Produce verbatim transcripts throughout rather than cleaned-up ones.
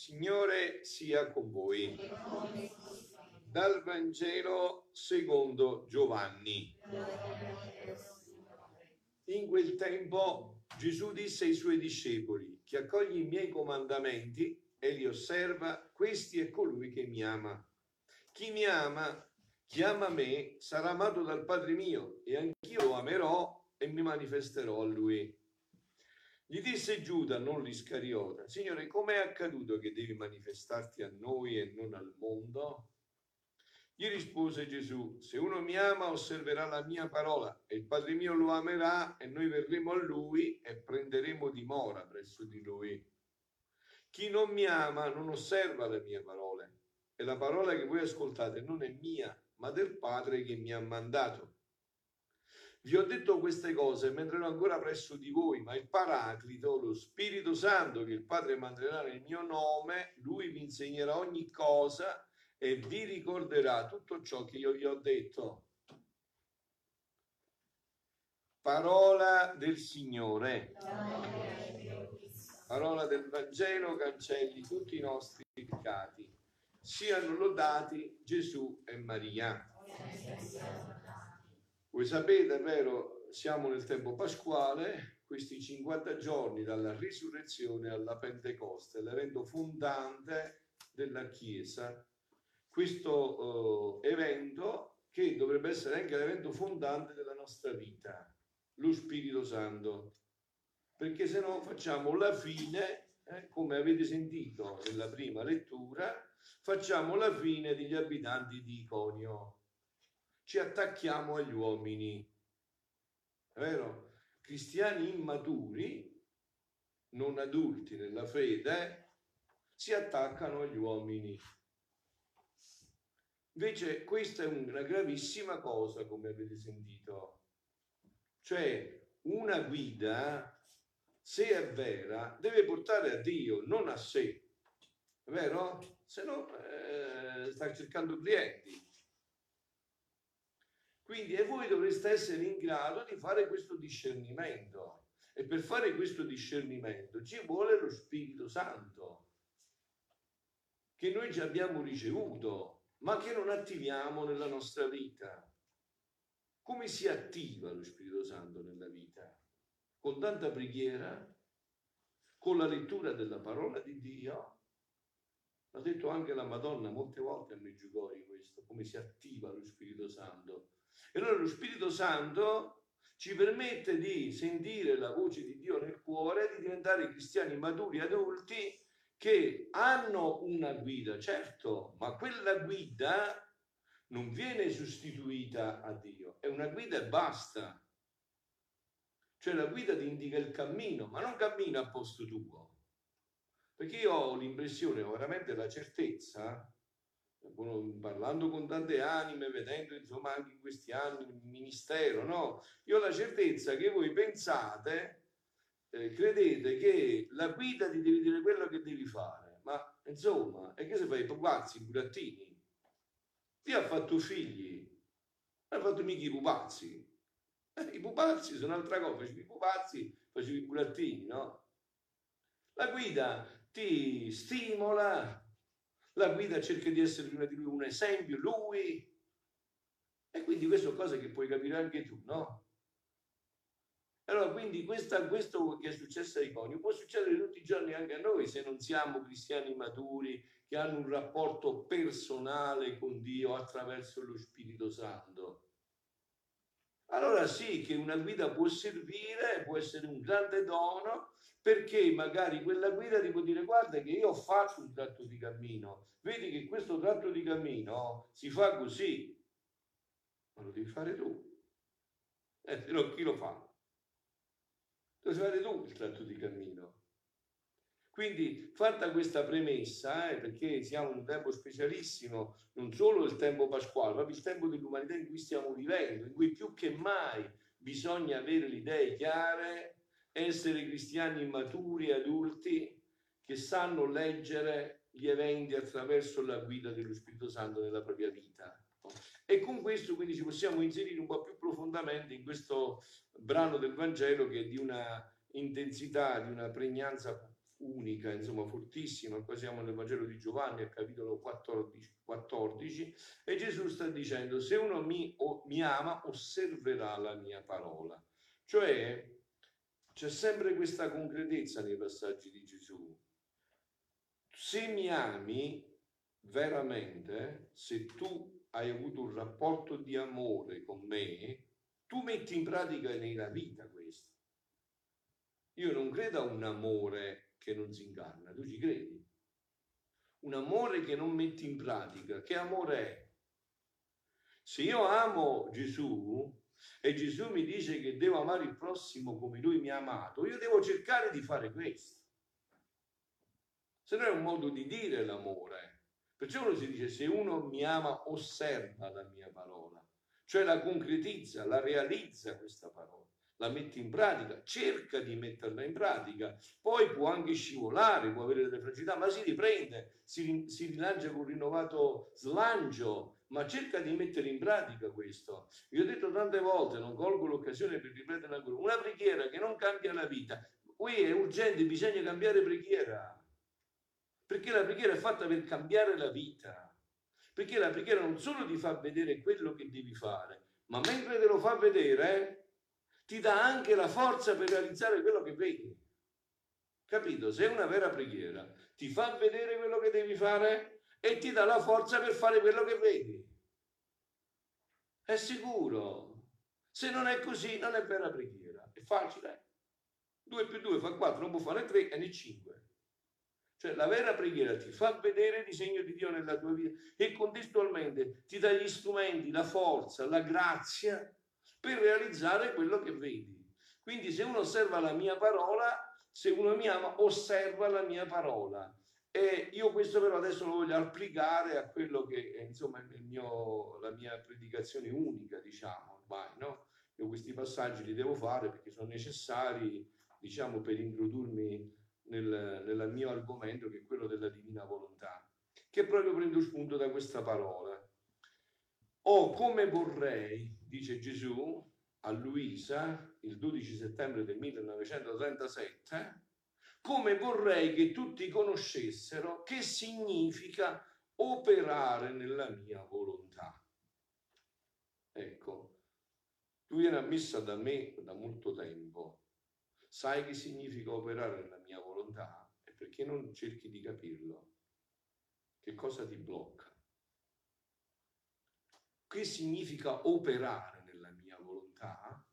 Signore sia con voi. Dal Vangelo secondo Giovanni. In quel tempo Gesù disse ai suoi discepoli: chi accoglie i miei comandamenti e li osserva, questi è colui che mi ama. Chi mi ama, chi ama me, sarà amato dal Padre mio, e anch'io lo amerò e mi manifesterò a lui. Gli disse Giuda, non l'Iscariota: Signore, com'è accaduto che devi manifestarti a noi e non al mondo? Gli rispose Gesù: se uno mi ama, osserverà la mia parola, e il Padre mio lo amerà, e noi verremo a lui e prenderemo dimora presso di lui. Chi non mi ama non osserva le mie parole, e la parola che voi ascoltate non è mia, ma del Padre che mi ha mandato. Vi ho detto queste cose mentre ero ancora presso di voi, ma il Paraclito, lo Spirito Santo che il Padre manderà nel mio nome, lui vi insegnerà ogni cosa e vi ricorderà tutto ciò che io vi ho detto. Parola del Signore. Parola del Vangelo cancelli tutti i nostri peccati. Siano lodati Gesù e Maria. Voi sapete, è vero, siamo nel tempo pasquale, questi cinquanta giorni dalla risurrezione alla Pentecoste, l'evento fondante della Chiesa, questo uh, evento che dovrebbe essere anche l'evento fondante della nostra vita, lo Spirito Santo, perché se no facciamo la fine, eh, come avete sentito nella prima lettura, facciamo la fine degli abitanti di Iconio. Ci attacchiamo agli uomini, è vero? Cristiani immaturi, non adulti nella fede, si attaccano agli uomini. Invece questa è una gravissima cosa, come avete sentito. Cioè una guida, se è vera, deve portare a Dio, non a sé, è vero? Se no eh, sta cercando clienti. Quindi e voi dovreste essere in grado di fare questo discernimento, e per fare questo discernimento ci vuole lo Spirito Santo che noi già abbiamo ricevuto ma che non attiviamo nella nostra vita. Come si attiva lo Spirito Santo nella vita? Con tanta preghiera, con la lettura della parola di Dio. L'ha detto anche la Madonna molte volte a Meggiugori questo, come si attiva lo Spirito Santo. E allora lo Spirito Santo ci permette di sentire la voce di Dio nel cuore, di diventare cristiani maturi, adulti, che hanno una guida, certo, ma quella guida non viene sostituita a Dio, è una guida e basta. Cioè la guida ti indica il cammino, ma non cammina a posto tuo. Perché io ho l'impressione, ho veramente la certezza, parlando con tante anime, vedendo insomma anche in questi anni il ministero, no? Io ho la certezza che voi pensate, eh, credete che la guida ti devi dire quello che devi fare, ma insomma, e che se fai i pupazzi, i burattini? Dio ha fatto figli, non ha fatto mica i pupazzi. Eh, I pupazzi sono un'altra cosa, facevi i pupazzi, facevi i burattini, no? La guida ti stimola, la guida cerca di essere prima di lui un esempio, lui, e quindi questo è cosa che puoi capire anche tu, no? Allora, quindi questa, questo che è successo a Iconio può succedere tutti i giorni anche a noi, se non siamo cristiani maturi che hanno un rapporto personale con Dio attraverso lo Spirito Santo. Allora sì che una guida può servire, può essere un grande dono, perché magari quella guida ti può dire: guarda che io ho fatto un tratto di cammino, vedi che questo tratto di cammino si fa così, ma lo devi fare tu, eh, se no chi lo fa? Lo devi fare tu il tratto di cammino. Quindi, fatta questa premessa, eh, perché siamo in un tempo specialissimo, non solo il tempo pasquale, ma il tempo dell'umanità in cui stiamo vivendo, in cui più che mai bisogna avere le idee chiare, essere cristiani maturi, adulti, che sanno leggere gli eventi attraverso la guida dello Spirito Santo nella propria vita. E con questo quindi ci possiamo inserire un po' più profondamente in questo brano del Vangelo, che è di una intensità, di una pregnanza unica, insomma fortissima. Qua siamo nel Vangelo di Giovanni al capitolo quattordici, quattordici, e Gesù sta dicendo: se uno mi, o, mi ama, osserverà la mia parola. Cioè c'è sempre questa concretezza nei passaggi di Gesù. Se mi ami veramente, se tu hai avuto un rapporto di amore con me, tu metti in pratica nella vita questo. Io non credo a un amore che non si incarna, tu ci credi? Un amore che non metti in pratica, che amore è? Se io amo Gesù e Gesù mi dice che devo amare il prossimo come lui mi ha amato, io devo cercare di fare questo. Se no è un modo di dire l'amore. Perciò uno si dice: se uno mi ama, osserva la mia parola, cioè la concretizza, la realizza questa parola, la mette in pratica, cerca di metterla in pratica. Poi può anche scivolare, può avere delle fragilità, ma si riprende, si, si rilancia con rinnovato slancio, ma cerca di mettere in pratica questo. Io ho detto tante volte, non colgo l'occasione per ripetere ancora, una preghiera che non cambia la vita. Qui è urgente, bisogna cambiare preghiera. Perché la preghiera è fatta per cambiare la vita, perché la preghiera non solo ti fa vedere quello che devi fare, ma mentre te lo fa vedere ti dà anche la forza per realizzare quello che vedi. Capito? Se è una vera preghiera, ti fa vedere quello che devi fare e ti dà la forza per fare quello che vedi. È sicuro. Se non è così, non è vera preghiera. È facile. due più due fa quattro, non può fare tre e né cinque. Cioè la vera preghiera ti fa vedere il disegno di Dio nella tua vita e contestualmente ti dà gli strumenti, la forza, la grazia per realizzare quello che vedi. Quindi se uno osserva la mia parola, se uno mi ama, osserva la mia parola. E io questo però adesso lo voglio applicare a quello che è, insomma, il mio, la mia predicazione unica, diciamo, ormai, no? Io questi passaggi li devo fare perché sono necessari, diciamo, per introdurmi Nel, nel mio argomento, che è quello della divina volontà, che proprio prendo spunto da questa parola. O come vorrei, dice Gesù a Luisa il dodici settembre del millenovecentotrentasette, come vorrei che tutti conoscessero che significa operare nella mia volontà. Ecco, tu vieni a messa da me da molto tempo, sai che significa operare nella mia volontà, e perché non cerchi di capirlo? Che cosa ti blocca? Che significa operare nella mia volontà?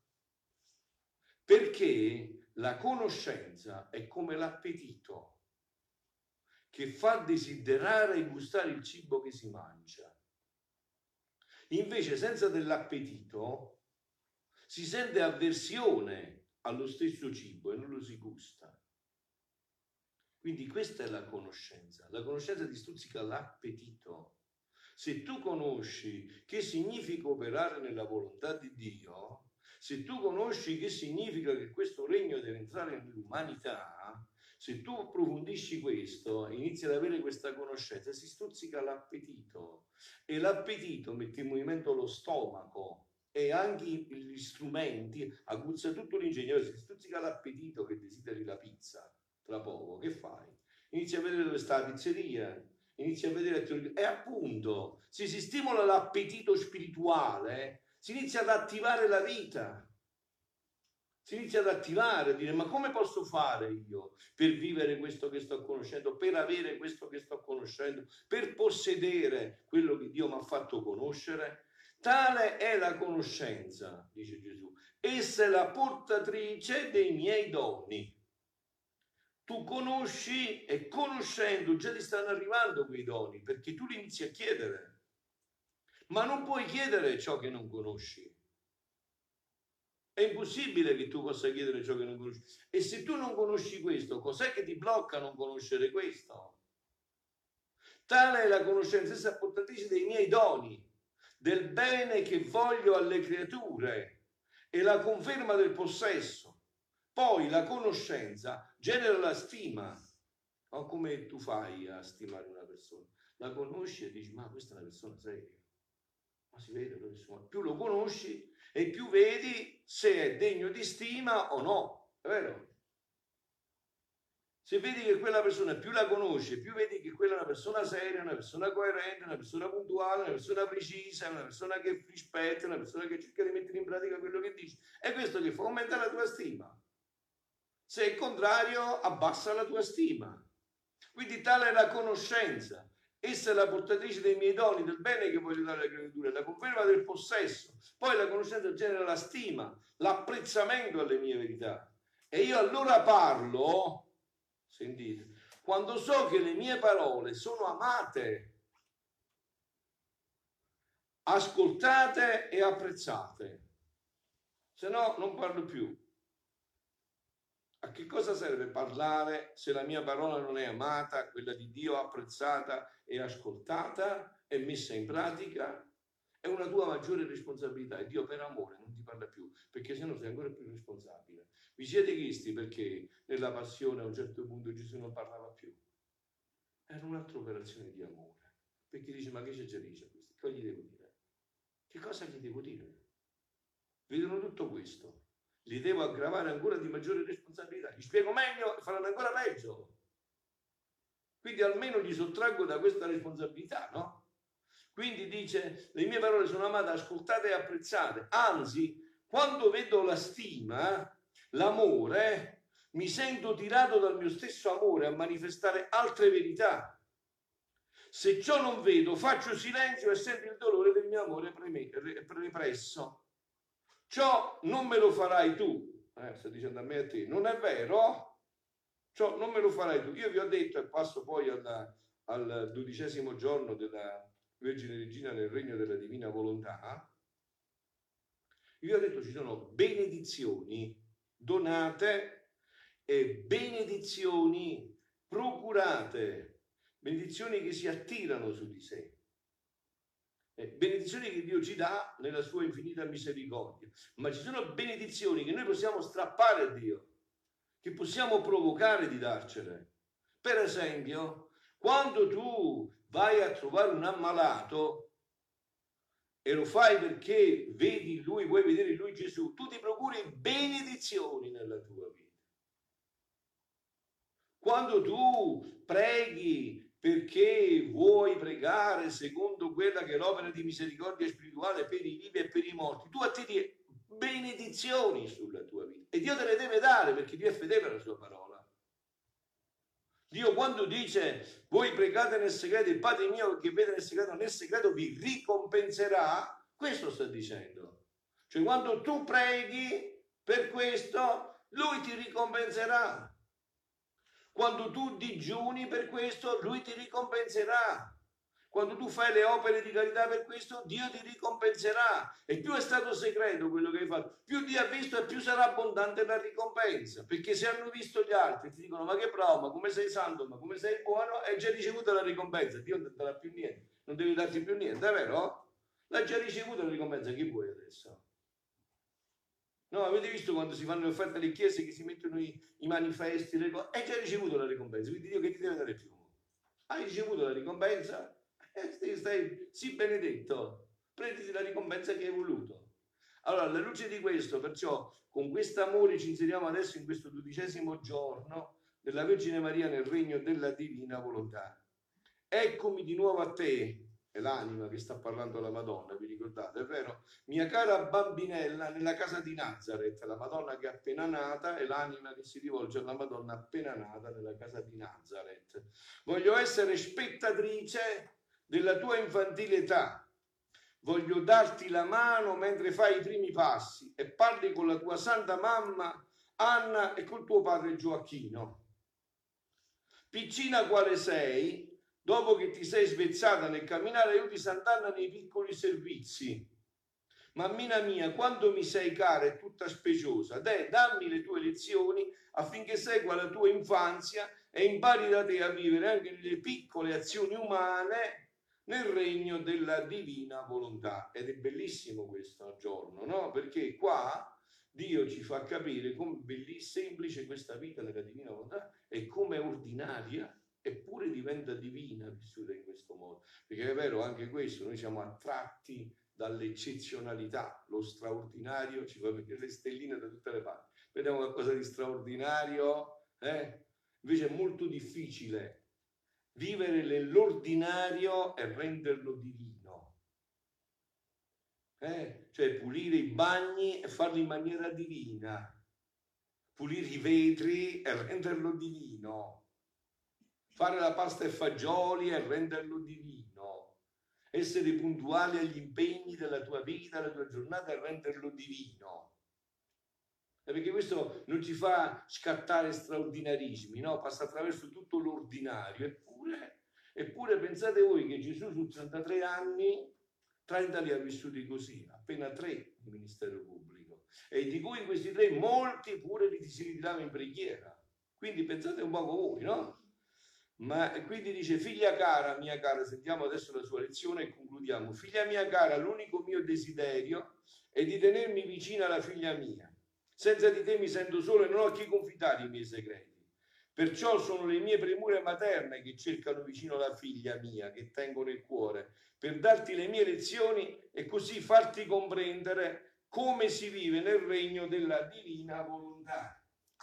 Perché la conoscenza è come l'appetito, che fa desiderare e gustare il cibo che si mangia. Invece senza dell'appetito si sente avversione allo stesso cibo e non lo si gusta. Quindi questa è la conoscenza. La conoscenza ti stuzzica l'appetito. Se tu conosci che significa operare nella volontà di Dio, se tu conosci che significa che questo regno deve entrare nell'umanità, se tu approfondisci questo, inizi ad avere questa conoscenza, si stuzzica l'appetito. E l'appetito mette in movimento lo stomaco e anche gli strumenti, aguzza tutto l'ingegnere. Si stuzzica l'appetito che desideri la pizza. Tra poco, che fai? Inizi a vedere dove sta la pizzeria, inizi a vedere, e appunto, se si stimola l'appetito spirituale, si inizia ad attivare la vita, si inizia ad attivare, a dire: ma come posso fare io per vivere questo che sto conoscendo, per avere questo che sto conoscendo, per possedere quello che Dio mi ha fatto conoscere? Tale è la conoscenza, dice Gesù, essa è la portatrice dei miei doni. Tu conosci e conoscendo già ti stanno arrivando quei doni, perché tu li inizi a chiedere, ma non puoi chiedere ciò che non conosci. È impossibile che tu possa chiedere ciò che non conosci. E se tu non conosci questo, cos'è che ti blocca a non conoscere questo? Tale è la conoscenza, essa portatrice dei miei doni, del bene che voglio alle creature e la conferma del possesso. Poi la conoscenza genera la stima. O come tu fai a stimare una persona? La conosci e dici: ma questa è una persona seria, ma si vede, più lo conosci e più vedi se è degno di stima o no, è vero? Se vedi che quella persona più la conosce, più vedi che quella è una persona seria, una persona coerente, una persona puntuale, una persona precisa, una persona che rispetta, una persona che cerca di mettere in pratica quello che dice. È questo che fa aumentare la tua stima. Se è il contrario, abbassa la tua stima. Quindi tale è la conoscenza. Essa è la portatrice dei miei doni, del bene che voglio dare alle creature, la conferma del possesso. Poi la conoscenza genera la stima, l'apprezzamento alle mie verità. E io allora parlo... Sentite, quando so che le mie parole sono amate, ascoltate e apprezzate, se no non parlo più. A che cosa serve parlare se la mia parola non è amata, quella di Dio apprezzata e ascoltata e messa in pratica? È una tua maggiore responsabilità e Dio per amore non ti parla più, perché sennò sei ancora più responsabile. Vi siete chiesti perché nella passione a un certo punto Gesù non parlava più? Era un'altra operazione di amore, perché dice: ma che c'è dice questo? Che gli devo dire? Che cosa gli devo dire? Vedono tutto questo, li devo aggravare ancora di maggiore responsabilità, gli spiego meglio e faranno ancora peggio. Quindi almeno gli sottraggo da questa responsabilità, no? Quindi dice: le mie parole sono amate, ascoltate e apprezzate. Anzi, quando vedo la stima, l'amore, mi sento tirato dal mio stesso amore a manifestare altre verità. Se ciò non vedo, faccio silenzio e sento il dolore del mio amore represso. Ciò non me lo farai tu. Eh, sta dicendo a me e a te. Non è vero? Ciò non me lo farai tu. Io vi ho detto, e passo poi alla, al dodicesimo giorno della Vergine Regina nel regno della divina volontà, vi ho detto ci sono benedizioni donate e benedizioni procurate, benedizioni che si attirano su di sé, eh, benedizioni che Dio ci dà nella sua infinita misericordia, ma ci sono benedizioni che noi possiamo strappare a Dio, che possiamo provocare di darcene. Per esempio, quando tu vai a trovare un ammalato e lo fai perché vedi in lui, vuoi vedere in lui Gesù, tu ti procuri benedizioni nella tua vita. Quando tu preghi perché vuoi pregare secondo quella che è l'opera di misericordia spirituale per i vivi e per i morti, tu attiri benedizioni sulla tua vita e Dio te le deve dare perché Dio è fedele alla sua parola. Dio quando dice voi pregate nel segreto, il Padre mio che vede nel segreto, nel segreto vi ricompenserà, questo sta dicendo. Cioè quando tu preghi per questo, Lui ti ricompenserà. Quando tu digiuni per questo, Lui ti ricompenserà. Quando tu fai le opere di carità per questo, Dio ti ricompenserà. E più è stato segreto quello che hai fatto, più Dio ha visto e più sarà abbondante la ricompensa. Perché se hanno visto gli altri, ti dicono: ma che bravo, ma come sei santo, ma come sei buono, hai già ricevuto la ricompensa. Dio non ti darà più niente, non devi darti più niente, è vero? L'hai già ricevuto la ricompensa, che vuoi adesso? No, avete visto quando si fanno le offerte alle chiese che si mettono i, i manifesti, le cose? Hai già ricevuto la ricompensa, quindi Dio che ti deve dare più? Hai ricevuto la ricompensa? Eh, stai, sì benedetto, prenditi la ricompensa che hai voluto. Allora, alla luce di questo, perciò, con questo amore ci inseriamo adesso in questo dodicesimo giorno della Vergine Maria nel regno della divina volontà. Eccomi di nuovo a te, è l'anima che sta parlando alla Madonna, vi ricordate, è vero? Mia cara bambinella nella casa di Nazareth, la Madonna che è appena nata e l'anima che si rivolge alla Madonna appena nata nella casa di Nazareth. Voglio essere spettatrice della tua infantile età. Voglio darti la mano mentre fai i primi passi e parli con la tua santa mamma Anna e col tuo padre Gioacchino. Piccina quale sei, dopo che ti sei svezzata nel camminare, aiuti Sant'Anna nei piccoli servizi. Mammina mia, quanto mi sei cara e tutta speciosa, dai, dammi le tue lezioni affinché segua la tua infanzia e impari da te a vivere anche nelle piccole azioni umane nel regno della divina volontà. Ed è bellissimo questo giorno, no? Perché qua Dio ci fa capire come bellissima, semplice questa vita nella divina volontà e come è ordinaria, eppure diventa divina vissuta in questo modo. Perché è vero anche questo, noi siamo attratti dall'eccezionalità, lo straordinario ci fa vedere le stelline da tutte le parti. Vediamo qualcosa di straordinario, eh? Invece è molto difficile vivere nell'ordinario e renderlo divino. Eh? Cioè pulire i bagni e farli in maniera divina. Pulire i vetri e renderlo divino. Fare la pasta e fagioli e renderlo divino. Essere puntuali agli impegni della tua vita, della tua giornata e renderlo divino. Perché questo non ci fa scattare straordinarismi, no? Passa attraverso tutto l'ordinario. Eppure, eppure pensate voi che Gesù su trentatré anni, trenta li ha vissuti così, appena tre di ministero pubblico, e di cui in questi tre molti pure li si ritirava in preghiera. Quindi pensate un poco voi, no? Ma quindi dice: figlia cara, mia cara, sentiamo adesso la sua lezione e concludiamo. Figlia mia cara, l'unico mio desiderio è di tenermi vicina alla figlia mia. Senza di te mi sento solo e non ho a chi confidare i miei segreti. Perciò sono le mie premure materne che cercano vicino la figlia mia, che tengo nel cuore, per darti le mie lezioni e così farti comprendere come si vive nel regno della divina volontà.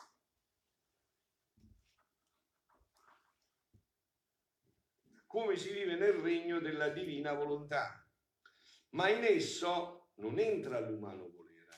Come si vive nel regno della divina volontà. Ma in esso non entra l'umano volere.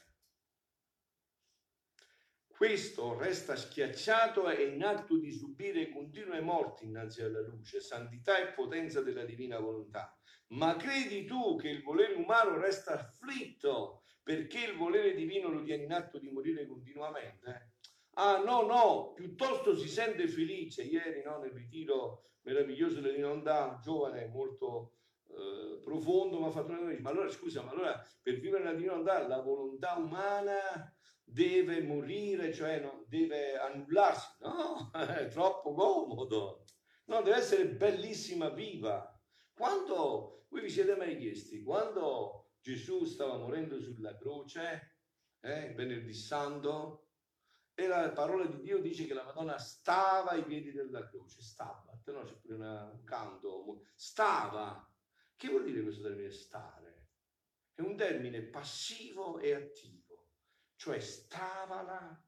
Questo resta schiacciato e in atto di subire continue morti innanzi alla luce, santità e potenza della divina volontà. Ma credi tu che il volere umano resta afflitto perché il volere divino lo tiene in atto di morire continuamente? Ah no, no, piuttosto si sente felice. Ieri, no, nel ritiro meraviglioso della divina volontà, un giovane molto eh, profondo mi ha fatto una domanda. Ma allora scusa, ma allora per vivere la divina volontà la volontà umana deve morire, cioè no, deve annullarsi? No, è troppo comodo. No, deve essere bellissima, viva. Quando, voi vi siete mai chiesti, quando Gesù stava morendo sulla croce, eh, venerdì santo, e la parola di Dio dice che la Madonna stava ai piedi della croce, stava, no, c'è pure una, un canto, stava. Che vuol dire questo termine stare? È un termine passivo e attivo, cioè stava là,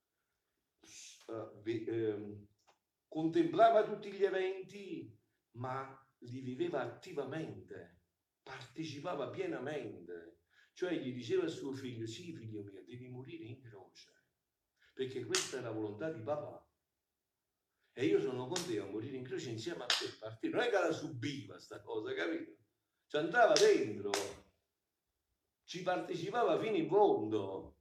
uh, eh, contemplava tutti gli eventi, ma li viveva attivamente, partecipava pienamente, cioè gli diceva a suo figlio: sì, figlio mio, devi morire in croce, perché questa è la volontà di papà e io sono con te a morire in croce insieme a te, partire. Non è che la subiva sta cosa, capito? Ci andava dentro, ci partecipava fino in fondo,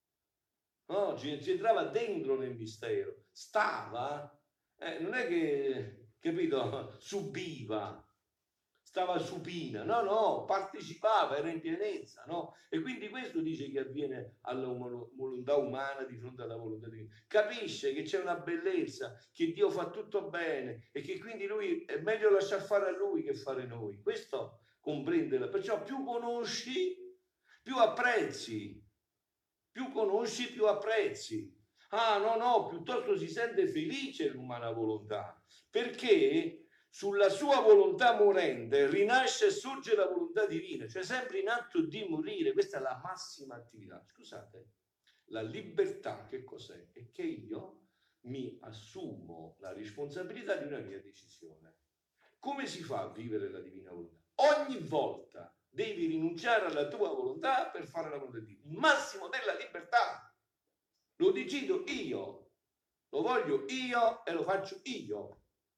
no? Ci, ci entrava dentro nel mistero, stava, eh, non è che, capito, subiva, stava supina, no, no, partecipava, era in pienezza, no? E quindi questo dice che avviene alla volontà umana di fronte alla volontà divina. Capisce che c'è una bellezza, che Dio fa tutto bene e che quindi lui è meglio lasciar fare a lui che fare noi. Questo comprende, perciò più conosci, più apprezzi, più conosci, più apprezzi. Ah, no, no, piuttosto si sente felice l'umana volontà, perché sulla sua volontà morente rinasce e sorge la volontà divina, cioè sempre in atto di morire. Questa è la massima attività. Scusate, la libertà che cos'è? È che io mi assumo la responsabilità di una mia decisione. Come si fa a vivere la divina volontà? Ogni volta devi rinunciare alla tua volontà per fare la volontà di Dio. Il massimo della libertà. Lo decido io, lo voglio io e lo faccio io.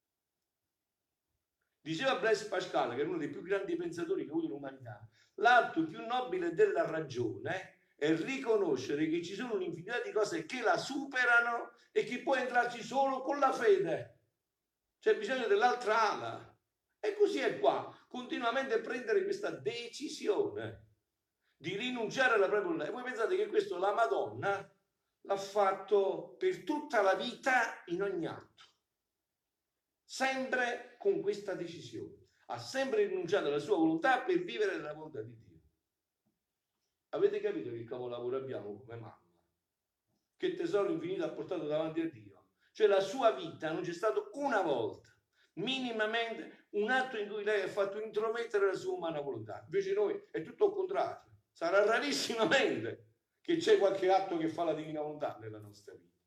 Diceva Blaise Pascal, che era uno dei più grandi pensatori che ha avuto l'umanità, l'atto più nobile della ragione è riconoscere che ci sono un'infinità di cose che la superano e che può entrarci solo con la fede. C'è bisogno dell'altra ala. E così è qua, continuamente prendere questa decisione di rinunciare alla propria volontà. E voi pensate che questo la Madonna l'ha fatto per tutta la vita in ogni atto. Sempre con questa decisione. Ha sempre rinunciato alla sua volontà per vivere nella volontà di Dio. Avete capito che capolavoro abbiamo come mamma? Che tesoro infinito ha portato davanti a Dio. Cioè la sua vita non c'è stato una volta, minimamente, un atto in cui lei ha fatto intromettere la sua umana volontà. Invece noi è tutto il contrario. Sarà rarissimamente che c'è qualche atto che fa la divina volontà nella nostra vita.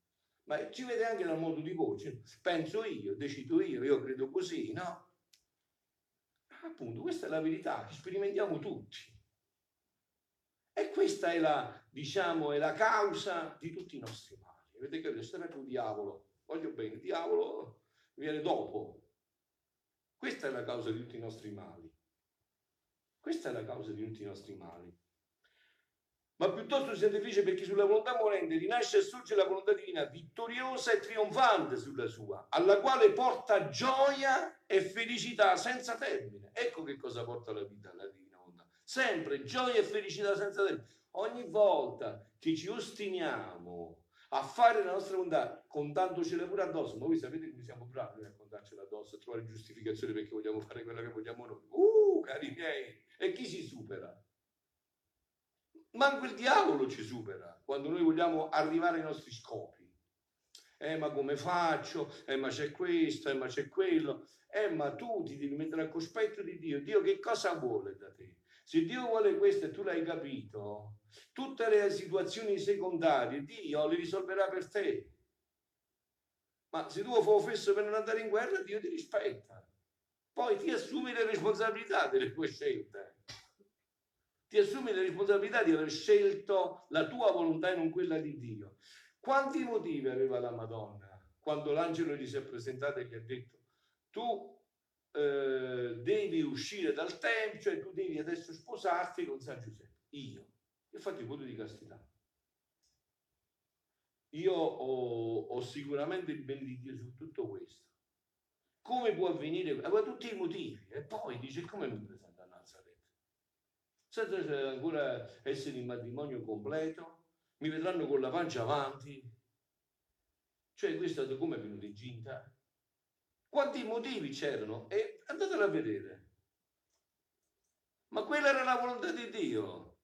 Ma ci vede anche dal modo di voce. Penso io, decido io, io credo così, no? Appunto, questa è la verità, che sperimentiamo tutti. E questa è la, diciamo, è la causa di tutti i nostri mali. Avete capito? Questo è il diavolo. Voglio bene, il diavolo viene dopo. Questa è la causa di tutti i nostri mali. Questa è la causa di tutti i nostri mali. Ma piuttosto si sente felice perché sulla volontà morente rinasce e sorge la volontà divina vittoriosa e trionfante sulla sua, alla quale porta gioia e felicità senza termine. Ecco che cosa porta la vita alla divina volontà. Sempre gioia e felicità senza termine. Ogni volta che ci ostiniamo a fare la nostra volontà contandocela pure addosso, ma voi sapete come siamo bravi a contarcela addosso, a trovare giustificazioni perché vogliamo fare quella che vogliamo noi. Uh, cari miei, e chi si supera? Manco il diavolo ci supera quando noi vogliamo arrivare ai nostri scopi. Eh, ma come faccio? Eh, ma c'è questo, eh, ma c'è quello. Eh, ma tu ti devi mettere al cospetto di Dio. Dio che cosa vuole da te? Se Dio vuole questo e tu l'hai capito, tutte le situazioni secondarie Dio le risolverà per te. Ma se tu fai offeso per non andare in guerra, Dio ti rispetta. Poi ti assumi le responsabilità delle tue scelte. Ti assumi la responsabilità di aver scelto la tua volontà e non quella di Dio. Quanti motivi aveva la Madonna quando l'angelo gli si è presentato e gli ha detto tu eh, devi uscire dal tempio, cioè tu devi adesso sposarti con San Giuseppe. Io, io ho fatto il voto di castità. Io ho, ho sicuramente il bene di Dio su tutto questo. Come può avvenire? Aveva tutti i motivi. E poi dice come mi presenta a Nazareth? Senza ancora essere in matrimonio completo, mi vedranno con la pancia avanti. Cioè questo come è venuto incinta? Quanti motivi c'erano? E andatelo a vedere. Ma quella era la volontà di Dio.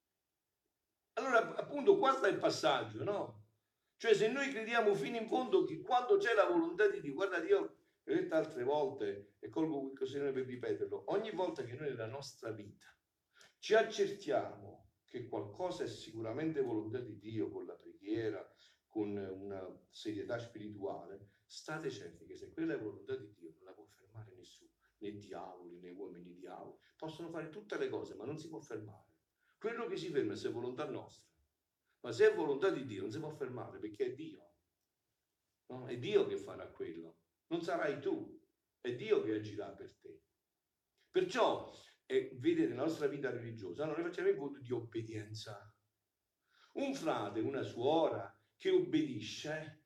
Allora appunto qua sta il passaggio, no? Cioè se noi crediamo fino in fondo che quando c'è la volontà di Dio, guardate, io l'ho detto altre volte e colgo quell'occasione per ripeterlo, ogni volta che noi nella nostra vita ci accertiamo che qualcosa è sicuramente volontà di Dio con la preghiera, con una serietà spirituale, state certi che se quella è volontà di Dio non la può fermare nessuno, né diavoli, né uomini diavoli. Possono fare tutte le cose, ma non si può fermare. Quello che si ferma è se è volontà nostra. Ma se è volontà di Dio non si può fermare perché è Dio. No? È Dio che farà quello. Non sarai tu, è Dio che agirà per te. Perciò e vedete nella nostra vita religiosa noi facciamo il voto di obbedienza. Un frate, una suora che obbedisce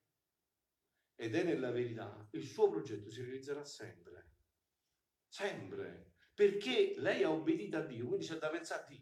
ed è nella verità, il suo progetto si realizzerà sempre, sempre, perché lei ha obbedito a Dio, quindi c'è da pensare a Dio.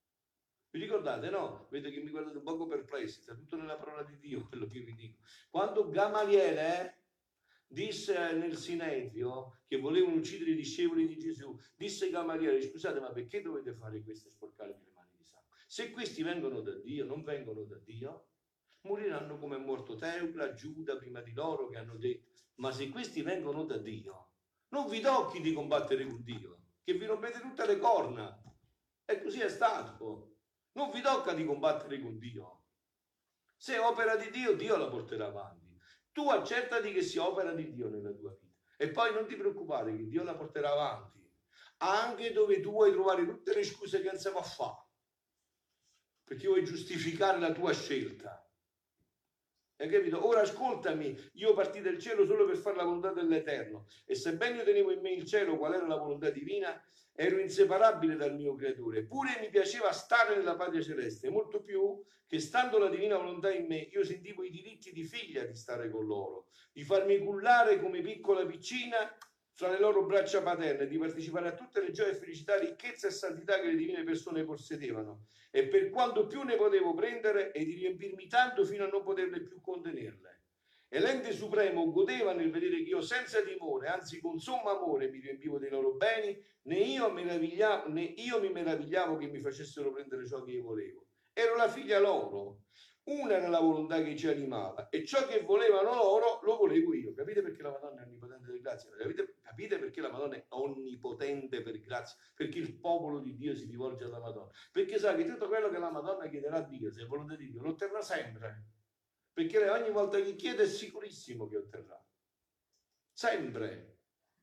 Vi ricordate, no? Vedete che mi guardate un poco perplessi, sta tutto nella parola di Dio quello che vi dico. Quando Gamaliele disse nel Sinedrio che volevano uccidere i discepoli di Gesù, disse Gamaliele, scusate, ma perché dovete fare questo e sporcarvi le mani di sangue? Se questi vengono da Dio, non vengono da Dio, moriranno come è morto Teucla, Giuda prima di loro che hanno detto, ma se questi vengono da Dio, non vi tocchi di combattere con Dio, che vi rompete tutte le corna. E così è stato. Non vi tocca di combattere con Dio. Se è opera di Dio, Dio la porterà avanti. Tu accertati che sia opera di Dio nella tua vita e poi non ti preoccupare che Dio la porterà avanti anche dove tu vuoi trovare tutte le scuse che non si può fare perché vuoi giustificare la tua scelta. Hai capito? Ora ascoltami, io partii dal cielo solo per fare la volontà dell'Eterno e sebbene io tenevo in me il cielo qual era la volontà divina, ero inseparabile dal mio creatore, eppure mi piaceva stare nella patria celeste, molto più che stando la divina volontà in me, io sentivo i diritti di figlia di stare con loro, di farmi cullare come piccola piccina fra le loro braccia paterne, di partecipare a tutte le gioie e felicità, ricchezza e santità che le divine persone possedevano, e per quanto più ne potevo prendere e di riempirmi tanto fino a non poterle più contenerle. E l'ente supremo godeva nel vedere che io senza timore, anzi con sommo amore mi riempivo dei loro beni, né io, meravigliavo, né io mi meravigliavo che mi facessero prendere ciò che io volevo. Ero la figlia loro, una era la volontà che ci animava e ciò che volevano loro lo volevo io. Capite perché la Madonna è onnipotente per grazia? Capite, capite perché la Madonna è onnipotente per grazia? Perché il popolo di Dio si rivolge alla Madonna, perché sa che tutto quello che la Madonna chiederà a Dio, se è volontà di Dio, lo otterrà sempre. perché lei ogni volta che chiede è sicurissimo che otterrà, sempre.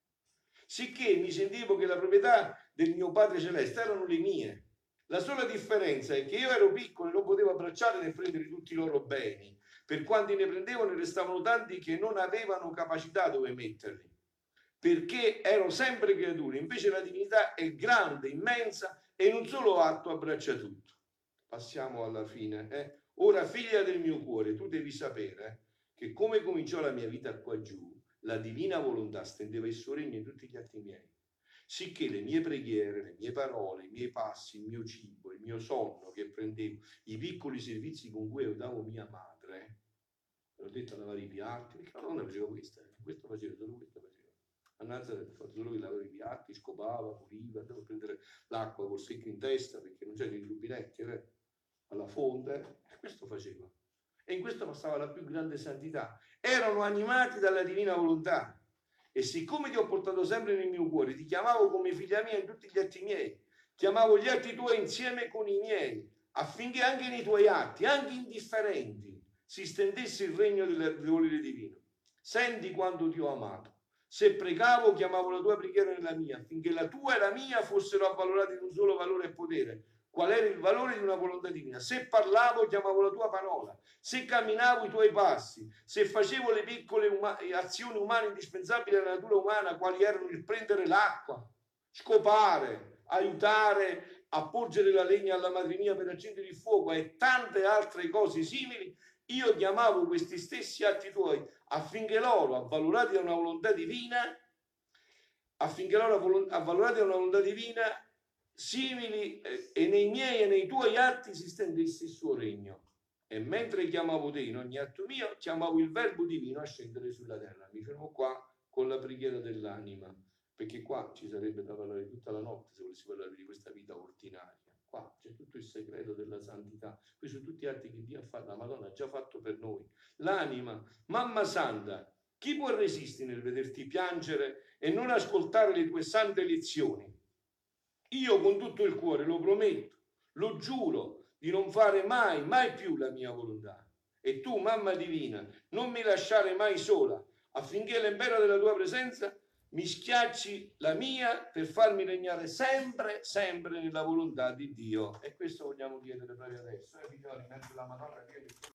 Sicché mi sentivo che la proprietà del mio Padre Celeste erano le mie. La sola differenza è che io ero piccolo e non potevo abbracciare né prendere tutti i loro beni. Per quanti ne prendevano, ne restavano tanti che non avevano capacità dove metterli, perché ero sempre creatura. Invece la divinità è grande, immensa e in un solo atto abbraccia tutto. Passiamo alla fine. Eh? Ora, figlia del mio cuore, tu devi sapere eh, che come cominciò la mia vita qua giù, la divina volontà stendeva il suo regno in tutti gli atti miei. Sicché le mie preghiere, le mie parole, i miei passi, il mio cibo, il mio sonno che prendevo, i piccoli servizi con cui aiutavo mia madre, l'ho detto a lavare i piatti, perché la donna faceva questo, eh. questo faceva, solo questo faceva. A Nazareth fa solo che lavava i piatti, scopava, puliva, andava a prendere l'acqua col secco in testa, perché non c'erano i rubinetti, eh, alla fonte, eh. questo faceva. E in questo passava la più grande santità. Erano animati dalla divina volontà. E siccome ti ho portato sempre nel mio cuore, ti chiamavo come figlia mia in tutti gli atti miei, chiamavo gli atti tuoi insieme con i miei, affinché anche nei tuoi atti, anche indifferenti, si stendesse il regno del volere divino. Senti quanto ti ho amato. Se pregavo, chiamavo la tua preghiera nella mia, affinché la tua e la mia fossero avvalorate in un solo valore e potere. Qual era il valore di una volontà divina? Se parlavo, chiamavo la tua parola. Se camminavo, i tuoi passi. Se facevo le piccole uma- azioni umane indispensabili alla natura umana, quali erano il prendere l'acqua, scopare, aiutare a porgere la legna alla madre mia per accendere il fuoco e tante altre cose simili, io chiamavo questi stessi atti tuoi affinché loro, avvalorati da una volontà divina, affinché loro, avvalorati da una volontà divina, simili, eh, e nei miei e nei tuoi atti si stendesse il suo regno. E mentre chiamavo te in ogni atto mio, chiamavo il verbo divino a scendere sulla terra. Mi fermo qua con la preghiera dell'anima, perché qua ci sarebbe da parlare tutta la notte se volessi parlare di questa vita ordinaria. Qua c'è tutto il segreto della santità. Questi sono tutti atti che Dio ha fatto, la Madonna ha già fatto per noi. L'anima, mamma santa, chi può resistere nel vederti piangere e non ascoltare le tue sante lezioni? Io con tutto il cuore lo prometto, lo giuro, di non fare mai, mai più la mia volontà. E tu, mamma divina, non mi lasciare mai sola, affinché l'empera della tua presenza mi schiacci la mia per farmi regnare sempre, sempre nella volontà di Dio. E questo vogliamo chiedere proprio adesso. Eh, figlioli, mentre la Madonna viene